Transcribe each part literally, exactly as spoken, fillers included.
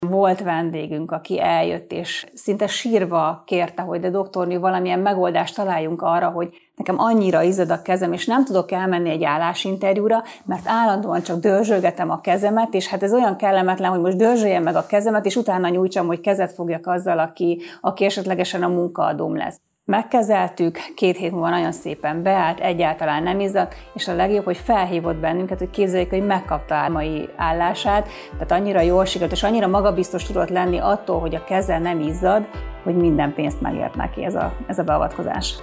Volt vendégünk, aki eljött, és szinte sírva kérte, hogy de doktornő, valamilyen megoldást találjunk arra, hogy nekem annyira izzad a kezem, és nem tudok elmenni egy állásinterjúra, mert állandóan csak dörzsölgetem a kezemet, és hát ez olyan kellemetlen, hogy most dörzsöljem meg a kezemet, és utána nyújtsam, hogy kezet fogjak azzal, aki, aki esetlegesen a munkaadóm lesz. Megkezeltük, két hét múlva nagyon szépen beállt, egyáltalán nem izzadt, és a legjobb, hogy felhívott bennünket, hogy képzeljük, hogy megkapta a mai állását, tehát annyira jól sikerült, és annyira magabiztos tudott lenni attól, hogy a keze nem izzad, hogy minden pénzt megért neki ez a, ez a beavatkozás.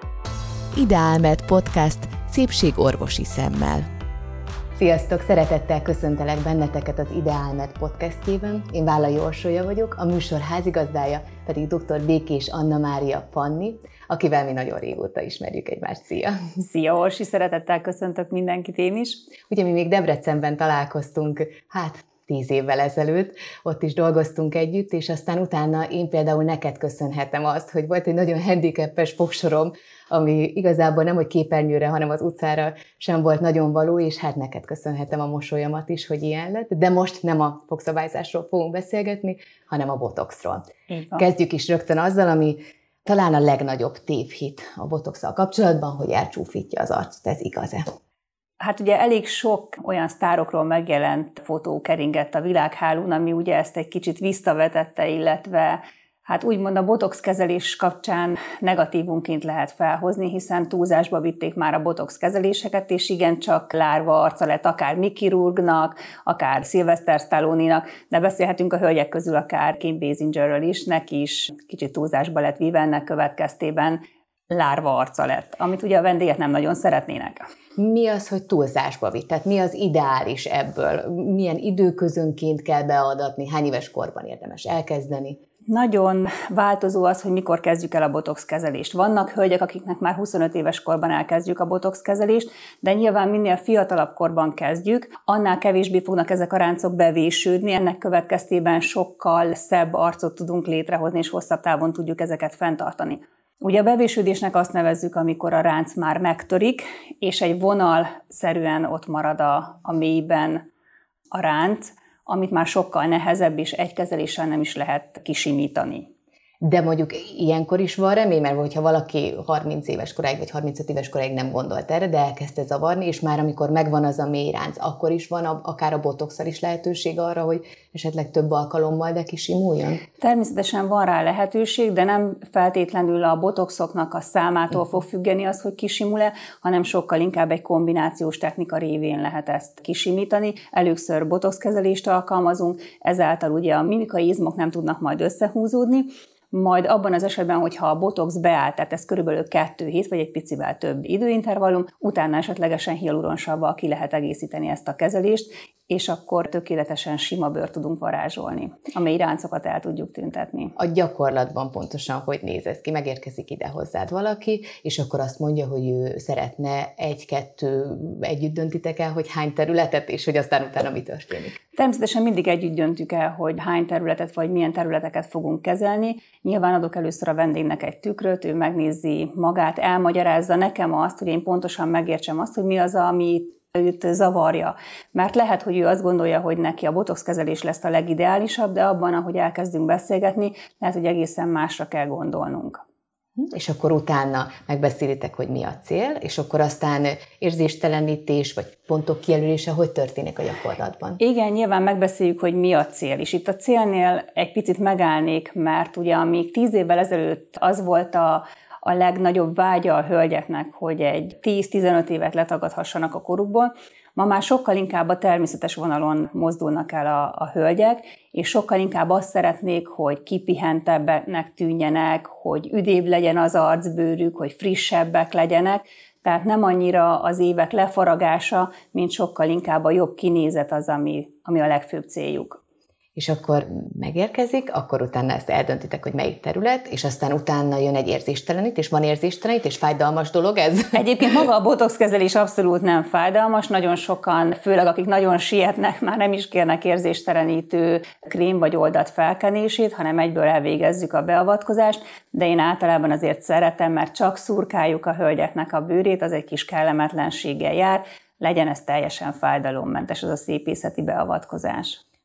Ideálmed Podcast szépségorvosi szemmel. Sziasztok! Szeretettel köszöntelek benneteket az Ideálmed podcastjében. Én Vállai Orsolya vagyok, a műsor házigazdája pedig dr. Békés Anna Mária Fanni, akivel mi nagyon régóta ismerjük egymást. Szia! Szia Orsi! Szeretettel köszöntök mindenkit én is. Ugye mi még Debrecenben találkoztunk, hát tíz évvel ezelőtt, ott is dolgoztunk együtt, és aztán utána én például neked köszönhetem azt, hogy volt egy nagyon handicapes fogsorom, ami igazából nem, hogy képernyőre, hanem az utcára sem volt nagyon való, és hát neked köszönhetem a mosolyamat is, hogy ilyen lett. De most nem a fogszabályzásról fogunk beszélgetni, hanem a botoxról. Kezdjük is rögtön azzal, ami talán a legnagyobb tévhit a botoxsal kapcsolatban, hogy elcsúfítja az arcot. Ez igaz-e? Hát ugye elég sok olyan sztárokról megjelent fotó keringett a világhálón, ami ugye ezt egy kicsit visszavetette, illetve hát úgymond a botox kezelés kapcsán negatívunként lehet felhozni, hiszen túlzásba vitték már a botox kezeléseket, és igencsak lárva arca lett akár Mickey Rourke-nak, akár Sylvester Stallone-nak, de beszélhetünk a hölgyek közül akár Kim Basingerről is, neki is kicsit túlzásba lett víve, ennek következtében lárva arca lett, amit ugye a vendégek nem nagyon szeretnének. Mi az, hogy túlzásba vitt? Tehát mi az ideális ebből? Milyen időközönként kell beadatni? Hány éves korban érdemes elkezdeni? Nagyon változó az, hogy mikor kezdjük el a botox kezelést. Vannak hölgyek, akiknek már huszonöt éves korban elkezdjük a botox kezelést, de nyilván minél fiatalabb korban kezdjük, annál kevésbé fognak ezek a ráncok bevésődni, ennek következtében sokkal szebb arcot tudunk létrehozni, és hosszabb távon tudjuk ezeket fenntartani. Ugye a bevésődésnek azt nevezzük, amikor a ránc már megtörik, és egy vonalszerűen ott marad a, a mélyben a ránc, amit már sokkal nehezebb, és egy kezeléssel nem is lehet kisimítani. De mondjuk ilyenkor is van remény, mert hogyha valaki harminc éves koráig, vagy harmincöt éves koráig nem gondolt erre, de elkezdte zavarni, és már amikor megvan az a mély ránc, akkor is van a, akár a botoxsal is lehetőség arra, hogy esetleg több alkalommal de kisimuljon? Természetesen van rá lehetőség, de nem feltétlenül a botoxoknak a számától fog függeni az, hogy kisimul-e, hanem sokkal inkább egy kombinációs technika révén lehet ezt kisimítani. Először botox kezelést alkalmazunk, ezáltal ugye a mimikai izmok nem tudnak majd összehúzódni, majd abban az esetben, hogyha a botox beáll, tehát ez körülbelül kettő hét, vagy egy picivel több időintervallum, utána esetlegesen hialuronsavval ki lehet egészíteni ezt a kezelést, és akkor tökéletesen sima bőrt tudunk varázsolni, amely ráncokat el tudjuk tüntetni. A gyakorlatban pontosan hogy néz ez ki? Megérkezik ide hozzád valaki, és akkor azt mondja, hogy ő szeretne egy-kettő, együtt döntitek el, hogy hány területet, és hogy aztán utána mi történik? Természetesen mindig együtt döntjük el, hogy hány területet, vagy milyen területeket fogunk kezelni. Nyilván adok először a vendégnek egy tükröt, ő megnézi magát, elmagyarázza nekem azt, hogy én pontosan megértsem azt, hogy mi az, ami őt zavarja. Mert lehet, hogy ő azt gondolja, hogy neki a botox kezelés lesz a legideálisabb, de abban, ahogy elkezdünk beszélgetni, lehet, hogy egészen másra kell gondolnunk. És akkor utána megbeszélitek, hogy mi a cél, és akkor aztán érzéstelenítés, vagy pontok kijelölése, hogy történik a gyakorlatban? Igen, nyilván megbeszéljük, hogy mi a cél. És itt a célnél egy picit megállnék, mert ugye amíg tíz évvel ezelőtt az volt a a legnagyobb vágya a hölgyeknek, hogy egy tíz-tizenöt évet letagadhassanak a korukból. Ma már sokkal inkább a természetes vonalon mozdulnak el a, a hölgyek, és sokkal inkább azt szeretnék, hogy kipihentebbnek tűnjenek, hogy üdébb legyen az arcbőrük, hogy frissebbek legyenek. Tehát nem annyira az évek lefaragása, mint sokkal inkább a jobb kinézet az, ami, ami a legfőbb céljuk. És akkor megérkezik, akkor utána ezt eldöntitek, hogy melyik terület, és aztán utána jön egy érzéstelenítés, van érzéstelenítés, fájdalmas dolog ez? Egyébként maga a botox kezelés abszolút nem fájdalmas, nagyon sokan, főleg akik nagyon sietnek, már nem is kérnek érzéstelenítő krém vagy oldat felkenését, hanem egyből elvégezzük a beavatkozást, de én általában azért szeretem, mert csak szurkáljuk a hölgyeknek a bőrét, az egy kis kellemetlenséggel jár, legyen ez teljesen fájdalommentes, az a szépészeti beavatkozás.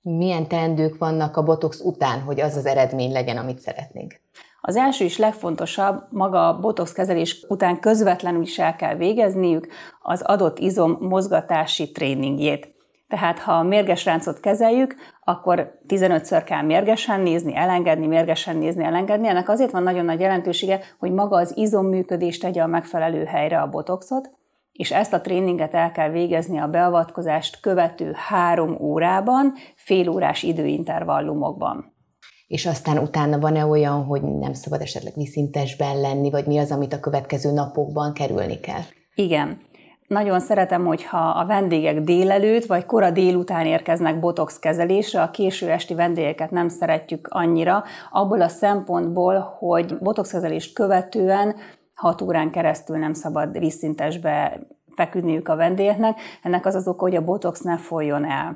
Milyen teendők vannak a botox után, hogy az az eredmény legyen, amit szeretnénk? Az első és legfontosabb, maga a botox kezelés után közvetlenül is el kell végezniük az adott izom mozgatási tréningjét. Tehát ha a mérges ráncot kezeljük, akkor tizenötször kell mérgesen nézni, elengedni, mérgesen nézni, elengedni. Ennek azért van nagyon nagy jelentősége, hogy maga az izomműködés tegye a megfelelő helyre a botoxot, és ezt a tréninget el kell végezni a beavatkozást követő három órában, félórás időintervallumokban. És aztán utána van-e olyan, hogy nem szabad esetleg vízszintesben lenni, vagy mi az, amit a következő napokban kerülni kell? Igen. Nagyon szeretem, hogyha a vendégek délelőtt vagy kora délután érkeznek botox kezelésre, a késő esti vendégeket nem szeretjük annyira, abból a szempontból, hogy botox kezelést követően hat órán keresztül nem szabad vízszintesbe feküdniük a vendégeknek. Ennek az az oka, hogy a botox ne folyjon el.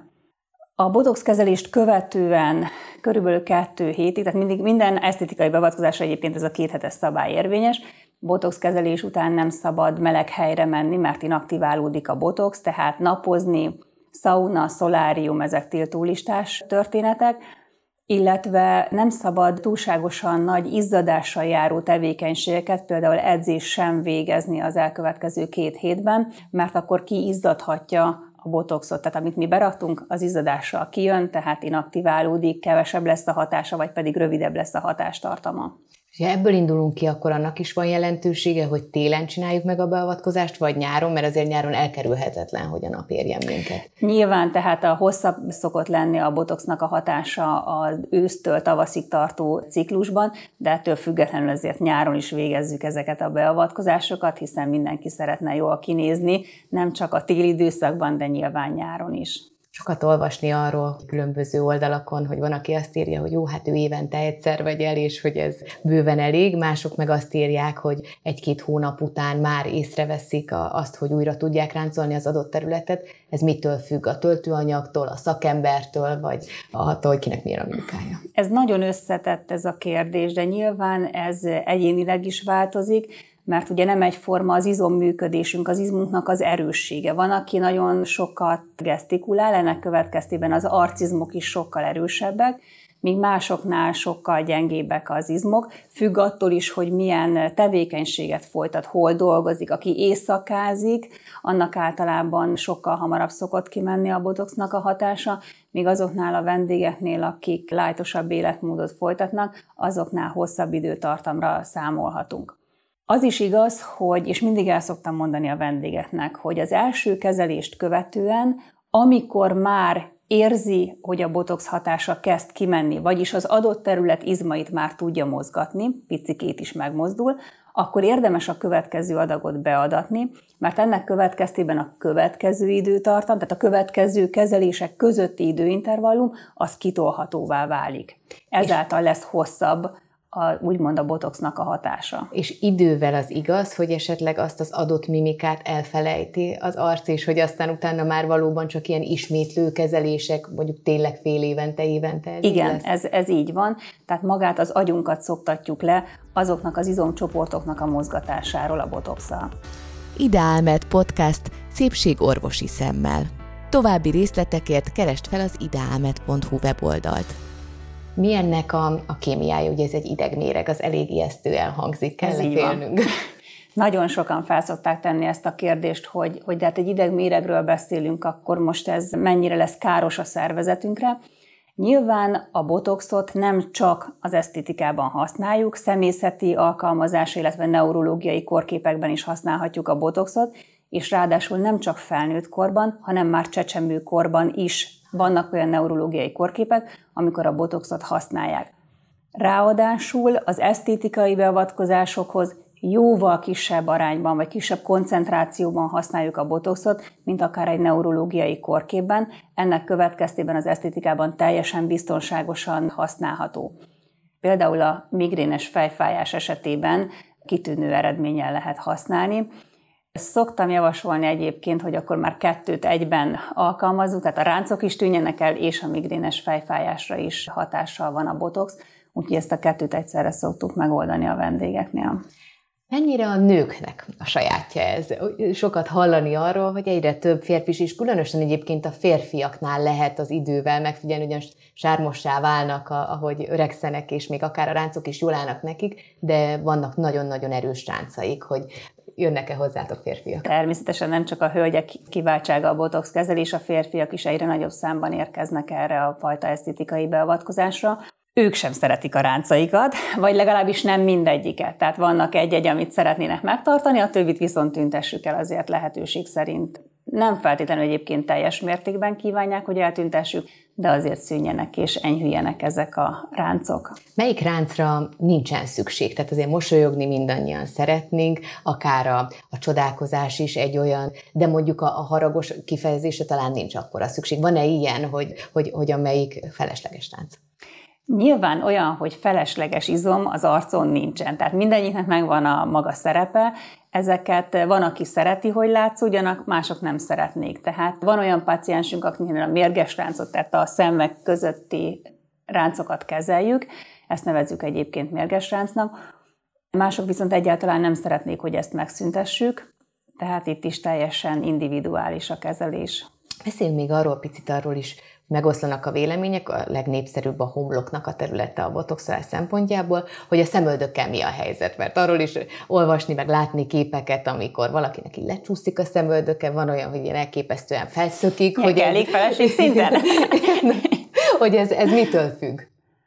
A botox kezelést követően körülbelül kettő hétig, tehát mindig minden esztétikai beavatkozásra egyébként ez a kéthetes szabály érvényes, botox kezelés után nem szabad meleg helyre menni, mert inaktiválódik a botox, tehát napozni, szauna, szolárium, ezek tiltólistás történetek, illetve nem szabad túlságosan nagy izzadással járó tevékenységeket, például edzés sem végezni az elkövetkező két hétben, mert akkor kiizzadhatja a botoxot, tehát amit mi beraktunk, az izzadással kijön, tehát inaktiválódik, kevesebb lesz a hatása, vagy pedig rövidebb lesz a hatástartama. Ha ebből indulunk ki, akkor annak is van jelentősége, hogy télen csináljuk meg a beavatkozást, vagy nyáron, mert azért nyáron elkerülhetetlen, hogy a nap érjen minket. Nyilván, tehát a hosszabb szokott lenni a botoxnak a hatása az ősztől tavaszig tartó ciklusban, de ettől függetlenül azért nyáron is végezzük ezeket a beavatkozásokat, hiszen mindenki szeretne jól kinézni, nem csak a téli időszakban, de nyilván nyáron is. Sokat olvasni arról különböző oldalakon, hogy van, aki azt írja, hogy jó, hát ő évente egyszer vagy el, és hogy ez bőven elég, mások meg azt írják, hogy egy-két hónap után már észreveszik azt, hogy újra tudják ráncolni az adott területet. Ez mitől függ? A töltőanyagtól, a szakembertől, vagy attól, hogy kinek milyen a munkája? Ez nagyon összetett ez a kérdés, de nyilván ez egyénileg is változik, mert ugye nem egyforma az izomműködésünk, az izmunknak az erőssége. Van, aki nagyon sokat gesztikulál, ennek következtében az arcizmok is sokkal erősebbek, míg másoknál sokkal gyengébbek az izmok. Függ attól is, hogy milyen tevékenységet folytat, hol dolgozik. Aki éjszakázik, annak általában sokkal hamarabb szokott kimenni a botoxnak a hatása, míg azoknál a vendégeknél, akik lájtosabb életmódot folytatnak, azoknál hosszabb időtartamra számolhatunk. Az is igaz, hogy, és mindig el szoktam mondani a vendégeknek, hogy az első kezelést követően, amikor már érzi, hogy a botox hatása kezd kimenni, vagyis az adott terület izmait már tudja mozgatni, picikét is megmozdul, akkor érdemes a következő adagot beadatni, mert ennek következtében a következő időtartam, tehát a következő kezelések közötti időintervallum, az kitolhatóvá válik. Ezáltal lesz hosszabb a, úgymond a botoxnak a hatása. És idővel az igaz, hogy esetleg azt az adott mimikát elfelejti az arc, és hogy aztán utána már valóban csak ilyen ismétlő kezelések, mondjuk tényleg fél évente, évente ez Igen, ez, ez így van. Tehát magát az agyunkat szoktatjuk le azoknak az izomcsoportoknak a mozgatásáról a botoxsal. Ideálmed Podcast szépségorvosi szemmel. További részletekért keresd fel az ideálmed pont hu weboldalt. Mi ennek a, a kémiája? Ugye ez egy idegméreg, az elég ijesztően hangzik, kell félnünk. Nagyon sokan felszokták tenni ezt a kérdést, hogy, hogy de hát egy idegméregről beszélünk, akkor most ez mennyire lesz káros a szervezetünkre. Nyilván a botoxot nem csak az esztétikában használjuk, szemészeti alkalmazás, illetve neurológiai korképekben is használhatjuk a botoxot, és ráadásul nem csak felnőtt korban, hanem már csecsemő korban is vannak olyan neurológiai korképek, amikor a botoxot használják. Ráadásul az esztétikai beavatkozásokhoz jóval kisebb arányban, vagy kisebb koncentrációban használjuk a botoxot, mint akár egy neurológiai korképben. Ennek következtében az esztétikában teljesen biztonságosan használható. Például a migrénes fejfájás esetében kitűnő eredménnyel lehet használni. Szoktam javasolni egyébként, hogy akkor már kettőt egyben alkalmazzuk, tehát a ráncok is tűnjenek el, és a migrénes fejfájásra is hatással van a botox, úgyhogy ezt a kettőt egyszerre szoktuk megoldani a vendégeknél. Mennyire a nőknek a sajátja ez? Sokat hallani arról, hogy egyre több férfi is, és különösen egyébként a férfiaknál lehet az idővel megfigyelni, ugyan sármossá válnak, ahogy öregszenek, és még akár a ráncok is jól állnak nekik, de vannak nagyon-nagyon erős ráncaik, hogy jönnek-e hozzátok férfiak? Természetesen nem csak a hölgyek kiváltsága a botox kezelés, a férfiak is egyre nagyobb számban érkeznek erre a fajta esztétikai beavatkozásra. Ők sem szeretik a ráncaikat, vagy legalábbis nem mindegyiket. Tehát vannak egy-egy, amit szeretnének megtartani, a többit viszont tüntessük el azért lehetőség szerint. Nem feltétlenül egyébként teljes mértékben kívánják, hogy eltüntessük, de azért szűnjenek és enyhüljenek ezek a ráncok. Melyik ráncra nincsen szükség? Tehát azért mosolyogni mindannyian szeretnénk, akár a, a csodálkozás is egy olyan, de mondjuk a, a haragos kifejezése talán nincs akkora szükség. Van-e ilyen, hogy, hogy, hogy amelyik felesleges ránc? Nyilván olyan, hogy felesleges izom az arcon nincsen. Tehát mindegyiknek megvan a maga szerepe, ezeket van, aki szereti, hogy látszódjanak, mások nem szeretnék. Tehát van olyan páciensünk, akinél a mérges ráncot, tehát a szemek közötti ráncokat kezeljük, ezt nevezzük egyébként mérges ráncnak. Mások viszont egyáltalán nem szeretnék, hogy ezt megszüntessük, tehát itt is teljesen individuális a kezelés. Beszéljünk még arról, picit arról is, megoszlanak a vélemények, a legnépszerűbb a homloknak a területe a botoxolás szempontjából, hogy a szemöldökkel mi a helyzet, mert arról is olvasni, meg látni képeket, amikor valakinek így lecsúszik a szemöldöke, van olyan, hogy ilyen elképesztően felszökik. Hogy elég feleség szinten? Hogy ez, ez mitől függ?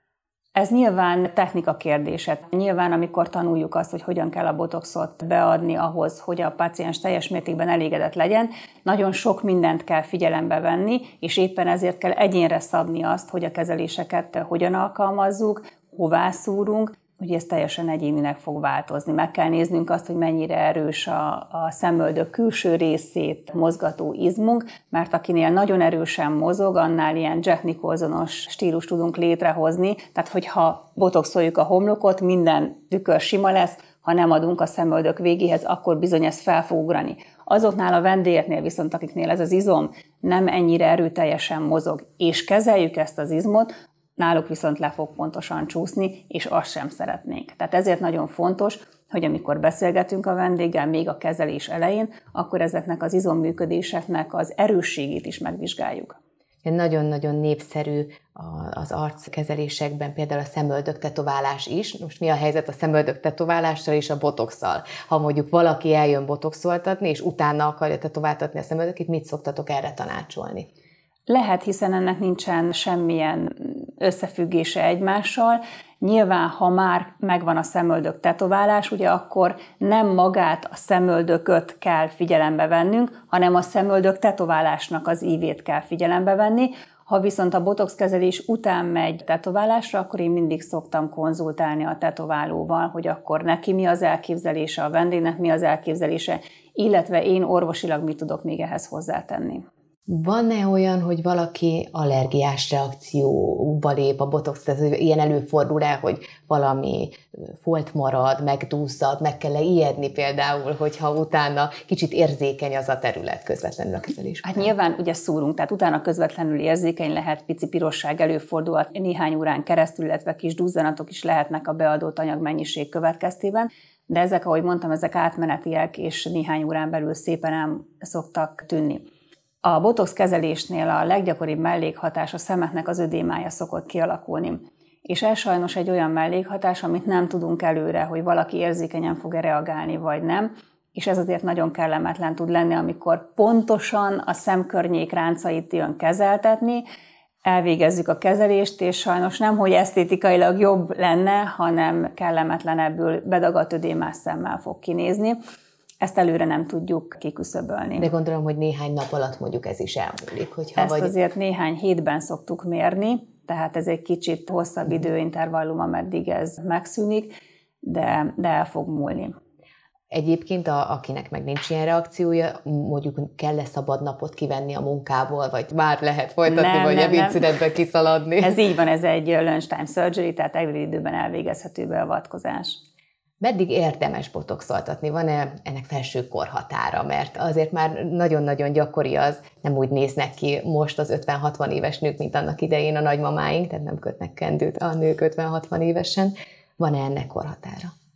Ez nyilván technika kérdése. Nyilván, amikor tanuljuk azt, hogy hogyan kell a botoxot beadni ahhoz, hogy a páciens teljes mértékben elégedett legyen, nagyon sok mindent kell figyelembe venni, és éppen ezért kell egyénre szabni azt, hogy a kezeléseket hogyan alkalmazzuk, hová szúrunk, hogy ez teljesen egyénileg fog változni. Meg kell néznünk azt, hogy mennyire erős a, a szemöldök külső részét mozgató izmunk, mert akinél nagyon erősen mozog, annál ilyen Jack Nicholsonos stílus tudunk létrehozni. Tehát, hogyha botoxoljuk a homlokot, minden tükör sima lesz, ha nem adunk a szemöldök végéhez, akkor bizony ez fel fog ugrani. Azoknál a vendégeknél viszont, akiknél ez az izom nem ennyire erőteljesen mozog, és kezeljük ezt az izmot, náluk viszont le fog pontosan csúszni, és azt sem szeretnénk. Tehát ezért nagyon fontos, hogy amikor beszélgetünk a vendéggel, még a kezelés elején, akkor ezeknek az izomműködéseknek az erősségét is megvizsgáljuk. Nagyon-nagyon népszerű az arckezelésekben például a szemöldök tetoválás is. Most mi a helyzet a szemöldök tetoválással és a botoxsal? Ha mondjuk valaki eljön botoxoltatni, és utána akarja tetováltatni a szemöldökét, mit szoktatok erre tanácsolni? Lehet, hiszen ennek nincsen semmilyen összefüggése egymással. Nyilván, ha már megvan a szemöldök tetoválás, ugye akkor nem magát a szemöldököt kell figyelembe vennünk, hanem a szemöldök tetoválásnak az ívét kell figyelembe venni. Ha viszont a botox kezelés után megy tetoválásra, akkor én mindig szoktam konzultálni a tetoválóval, hogy akkor neki mi az elképzelése, a vendégnek mi az elképzelése, illetve én orvosilag mit tudok még ehhez hozzátenni. Van-e olyan, hogy valaki allergiás reakcióba lép a botox, tehát ilyen előfordul-e, hogy valami folt marad, megdúszad, meg kell-e ijedni például, hogyha utána kicsit érzékeny az a terület közvetlenül a kezelés? Hát nyilván ugye szúrunk, tehát utána közvetlenül érzékeny lehet, pici pirosság előfordulhat néhány órán keresztül, illetve kis duzzanatok is lehetnek a beadott anyagmennyiség következtében, de ezek, ahogy mondtam, ezek átmenetiek, és néhány órán belül szépen el szoktak tűnni. A botox kezelésnél a leggyakoribb mellékhatás a szemeknek az ödémája szokott kialakulni. És ez sajnos egy olyan mellékhatás, amit nem tudunk előre, hogy valaki érzékenyen fog-e reagálni, vagy nem. És ez azért nagyon kellemetlen tud lenni, amikor pontosan a szemkörnyék ráncait jön kezeltetni, elvégezzük a kezelést, és sajnos nem, hogy esztétikailag jobb lenne, hanem kellemetlenebbül bedagadt ödémás szemmel fog kinézni. Ezt előre nem tudjuk kiküszöbölni. De gondolom, hogy néhány nap alatt mondjuk ez is elmúlik. Hogyha Ezt vagy... azért néhány hétben szoktuk mérni, tehát ez egy kicsit hosszabb időintervallum, ameddig ez megszűnik, de, de el fog múlni. Egyébként, a, akinek meg nincs ilyen reakciója, mondjuk kell-e szabad napot kivenni a munkából, vagy már lehet folytatni, nem, vagy ebédszünetbe kiszaladni? Ez így van, ez egy lunchtime surgery, tehát egész időben elvégezhető beavatkozás. Meddig érdemes botoxoltatni? Van-e ennek felső korhatára? Mert azért már nagyon-nagyon gyakori az, nem úgy néznek ki most az ötven-hatvan éves nők, mint annak idején a nagymamáink, tehát nem kötnek kendőt a nők ötven-hatvan évesen. Van-e ennek korhatára?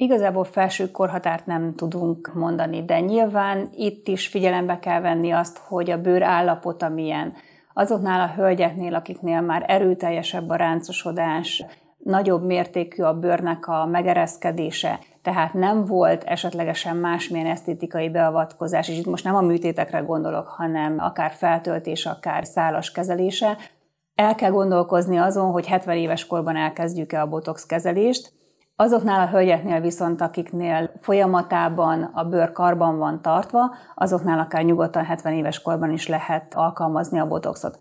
Igazából felső korhatárt nem tudunk mondani, de nyilván itt is figyelembe kell venni azt, hogy a bőr állapota milyen. Azoknál a hölgyeknél, akiknél már erőteljesebb a ráncosodás, nagyobb mértékű a bőrnek a megereszkedése, tehát nem volt esetlegesen másmilyen esztétikai beavatkozás, és itt most nem a műtétekre gondolok, hanem akár feltöltés, akár szálas kezelése. El kell gondolkozni azon, hogy hetven éves korban elkezdjük-e a botox kezelést. Azoknál a hölgyeknél viszont, akiknél folyamatában a bőr karban van tartva, azoknál akár nyugodtan hetven éves korban is lehet alkalmazni a botoxot.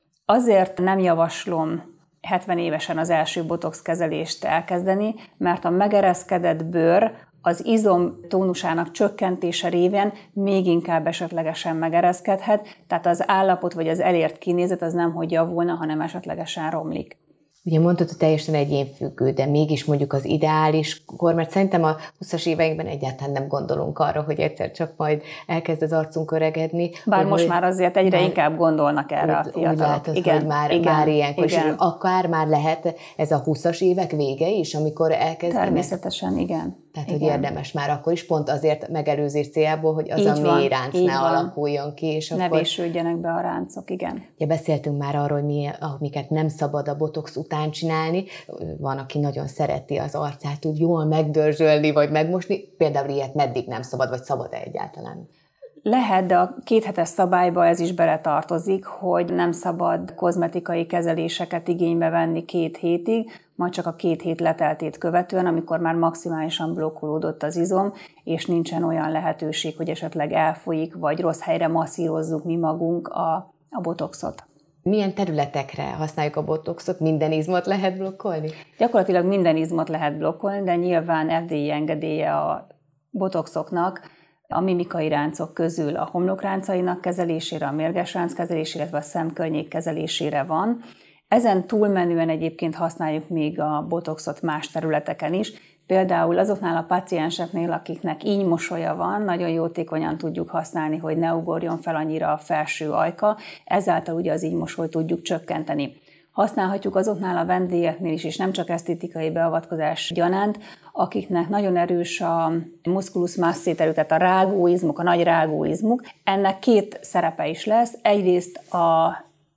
Azért nem javaslom hetven évesen az első botox kezelést elkezdeni, mert a megereszkedett bőr az izom tónusának csökkentése révén még inkább esetlegesen megereszkedhet, tehát az állapot vagy az elért kinézet az nem hogy javulna, hanem esetlegesen romlik. Ugye mondtad, hogy teljesen egyénfüggő, de mégis mondjuk az ideális kor, mert szerintem a húszas éveinkben egyáltalán nem gondolunk arra, hogy egyszer csak majd elkezd az arcunk öregedni. Bár most hogy már azért egyre már inkább gondolnak erre a fiatalok. Úgy látod, igen, hogy már, igen, már ilyenkor, igen. és akár már lehet ez a húszas évek vége is, amikor elkezdenek? Természetesen, igen. Tehát, igen. hogy érdemes már akkor is, pont azért megelőzés céljából, hogy az így a van, mély ránc ne van. alakuljon ki. És ne akkor... vésődjenek be a ráncok, igen. Ugye beszéltünk már arról, hogy mi, amiket nem szabad a botox után csinálni. Van, aki nagyon szereti az arcát úgy jól megdörzsölni, vagy megmosni. Például ilyet meddig nem szabad, vagy szabad-e egyáltalán? Lehet, de a kéthetes szabályba ez is beletartozik, hogy nem szabad kozmetikai kezeléseket igénybe venni két hétig, majd csak a két hét leteltét követően, amikor már maximálisan blokkolódott az izom, és nincsen olyan lehetőség, hogy esetleg elfolyik, vagy rossz helyre masszírozzuk mi magunk a, a botoxot. Milyen területekre használjuk a botoxot? Minden izmot lehet blokkolni? Gyakorlatilag minden izmot lehet blokkolni, de nyilván ef dé i engedélye a botoxoknak a mimikai ráncok közül a homlokráncainak kezelésére, a mérges ránc kezelésére, illetve a szemkörnyék kezelésére van. Ezen túlmenően egyébként használjuk még a botoxot más területeken is, például azoknál a pacienseknél, akiknek ínymosolya van, nagyon jótékonyan tudjuk használni, hogy ne ugorjon fel annyira a felső ajka, ezáltal ugye az ínymosolyt tudjuk csökkenteni. Használhatjuk azoknál a vendégeknél is, és nem csak esztétikai beavatkozás gyanánt, akiknek nagyon erős a musculus masseter, tehát a rágóizmuk, a nagy rágóizmuk. Ennek két szerepe is lesz. Egyrészt a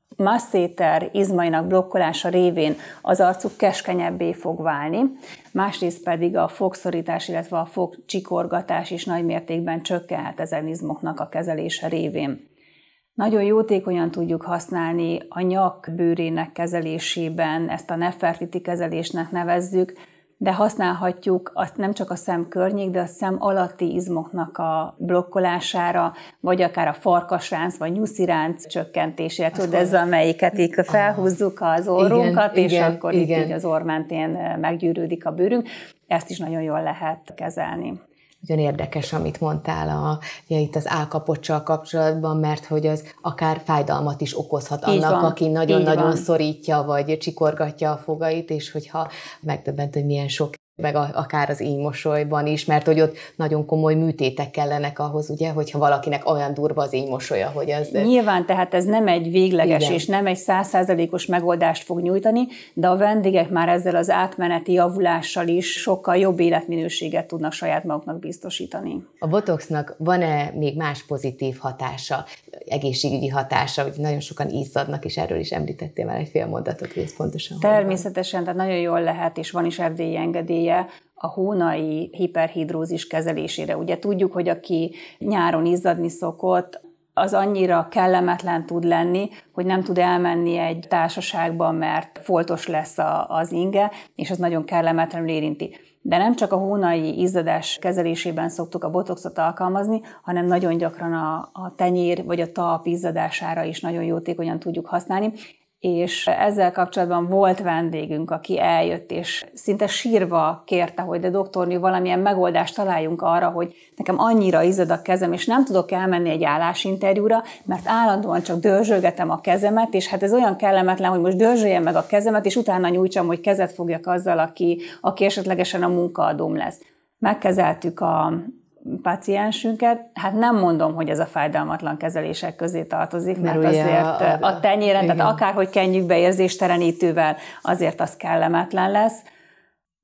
masseter izmainak blokkolása révén az arcuk keskenyebbé fog válni, másrészt pedig a fogszorítás, illetve a fogcsikorgatás is nagy mértékben csökkenhet ezen izmoknak a kezelése révén. Nagyon jótékonyan tudjuk használni a nyak bőrének kezelésében, ezt a Nefertiti kezelésnek nevezzük, de használhatjuk azt nem csak a szemkörnyék, de a szem alatti izmoknak a blokkolására, vagy akár a farkasránc, vagy nyusziránc csökkentésére. Tudod, ez amelyiket így felhúzzuk az orrunkat, igen, és igen, akkor igen. Itt így az orr mentén meggyűrűdik a bőrünk. Ezt is nagyon jól lehet kezelni. Nagyon érdekes, amit mondtál a, ugye, itt az állkapoccsal kapcsolatban, mert hogy az akár fájdalmat is okozhat annak, van, aki nagyon-nagyon szorítja, vagy csikorgatja a fogait, és hogyha megdöbbent, hogy milyen sok, meg akár az ínymosolyban is, mert hogy ott nagyon komoly műtétek kellenek ahhoz, ugye, hogyha valakinek olyan durva az ínymosolya, hogy az... Nyilván, tehát ez nem egy végleges igen. és nem egy száz százalékos megoldást fog nyújtani, de a vendégek már ezzel az átmeneti javulással is sokkal jobb életminőséget tudnak saját maguknak biztosítani. A botoxnak van-e még más pozitív hatása, egészségügyi hatása, hogy nagyon sokan izzadnak, és erről is említettél már egy fél mondatot, hogy ez pontosan természetesen, tehát nagyon jól lehet, és van is ef dé i engedélye a hónai hiperhidrózis kezelésére. Ugye tudjuk, hogy aki nyáron izzadni szokott, az annyira kellemetlen tud lenni, hogy nem tud elmenni egy társaságba, mert foltos lesz a, az inge, és az nagyon kellemetlenül érinti. De nem csak a hónai izzadás kezelésében szoktuk a botoxot alkalmazni, hanem nagyon gyakran a, a tenyér vagy a talp izzadására is nagyon jótékonyan tudjuk használni. És ezzel kapcsolatban volt vendégünk, aki eljött, és szinte sírva kérte, hogy de doktornő, valamilyen megoldást találjunk arra, hogy nekem annyira izzad a kezem, és nem tudok elmenni egy állásinterjúra, mert állandóan csak dörzsölgetem a kezemet, és hát ez olyan kellemetlen, hogy most dörzsöljem meg a kezemet, és utána nyújtsam, hogy kezet fogjak azzal, aki, aki esetlegesen a munkaadóm lesz. Megkezeltük a páciensünket, hát nem mondom, hogy ez a fájdalmatlan kezelések közé tartozik, mert, mert azért a, a, a tenyéren, igen. tehát akárhogy kenjük be érzéstelenítővel, azért az kellemetlen lesz.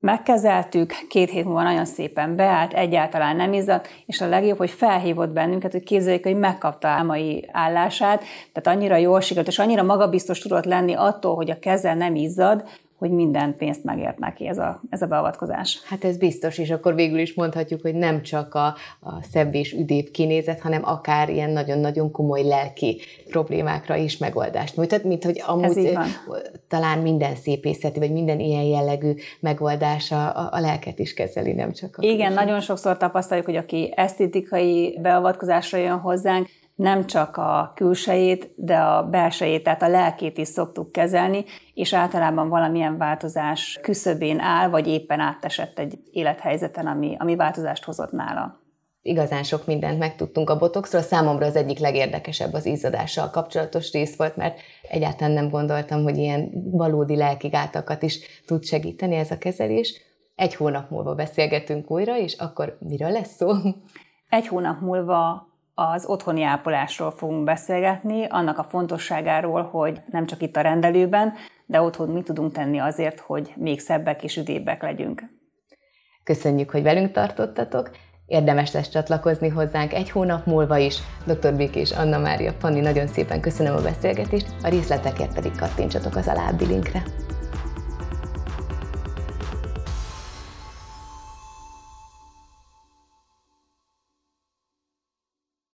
Megkezeltük, két hét múlva nagyon szépen beállt, egyáltalán nem izzadt, és a legjobb, hogy felhívott bennünket, hogy képzeljük, hogy megkapta álmai állását, tehát annyira jól sikerült, és annyira magabiztos tudott lenni attól, hogy a keze nem izzad, hogy minden pénzt megért neki ez a, ez a beavatkozás. Hát ez biztos, és akkor végül is mondhatjuk, hogy nem csak a, a szebb és üdébb kinézet, hanem akár ilyen nagyon-nagyon komoly lelki problémákra is megoldást nyújtott, mint hogy amúgy talán minden szépészeti, vagy minden ilyen jellegű megoldása a, a lelket is kezeli, nem csak a Igen, külső. Nagyon sokszor tapasztaljuk, hogy aki esztétikai beavatkozásra jön hozzánk, nem csak a külsejét, de a belsejét, tehát a lelkét is szoktuk kezelni, és általában valamilyen változás küszöbén áll, vagy éppen átesett egy élethelyzeten, ami, ami változást hozott nála. Igazán sok mindent megtudtunk a botoxról, számomra az egyik legérdekesebb az izzadással kapcsolatos rész volt, mert egyáltalán nem gondoltam, hogy ilyen valódi lelki gátakat is tud segíteni ez a kezelés. Egy hónap múlva beszélgetünk újra, és akkor miről lesz szó? Egy hónap múlva az otthoni ápolásról fogunk beszélgetni, annak a fontosságáról, hogy nem csak itt a rendelőben, de otthon mit tudunk tenni azért, hogy még szebbek és üdébbek legyünk. Köszönjük, hogy velünk tartottatok. Érdemes lesz csatlakozni hozzánk egy hónap múlva is. doktor Békés Anna Mária Fanni, nagyon szépen köszönöm a beszélgetést, a részletekért pedig kattintsatok az alábbi linkre.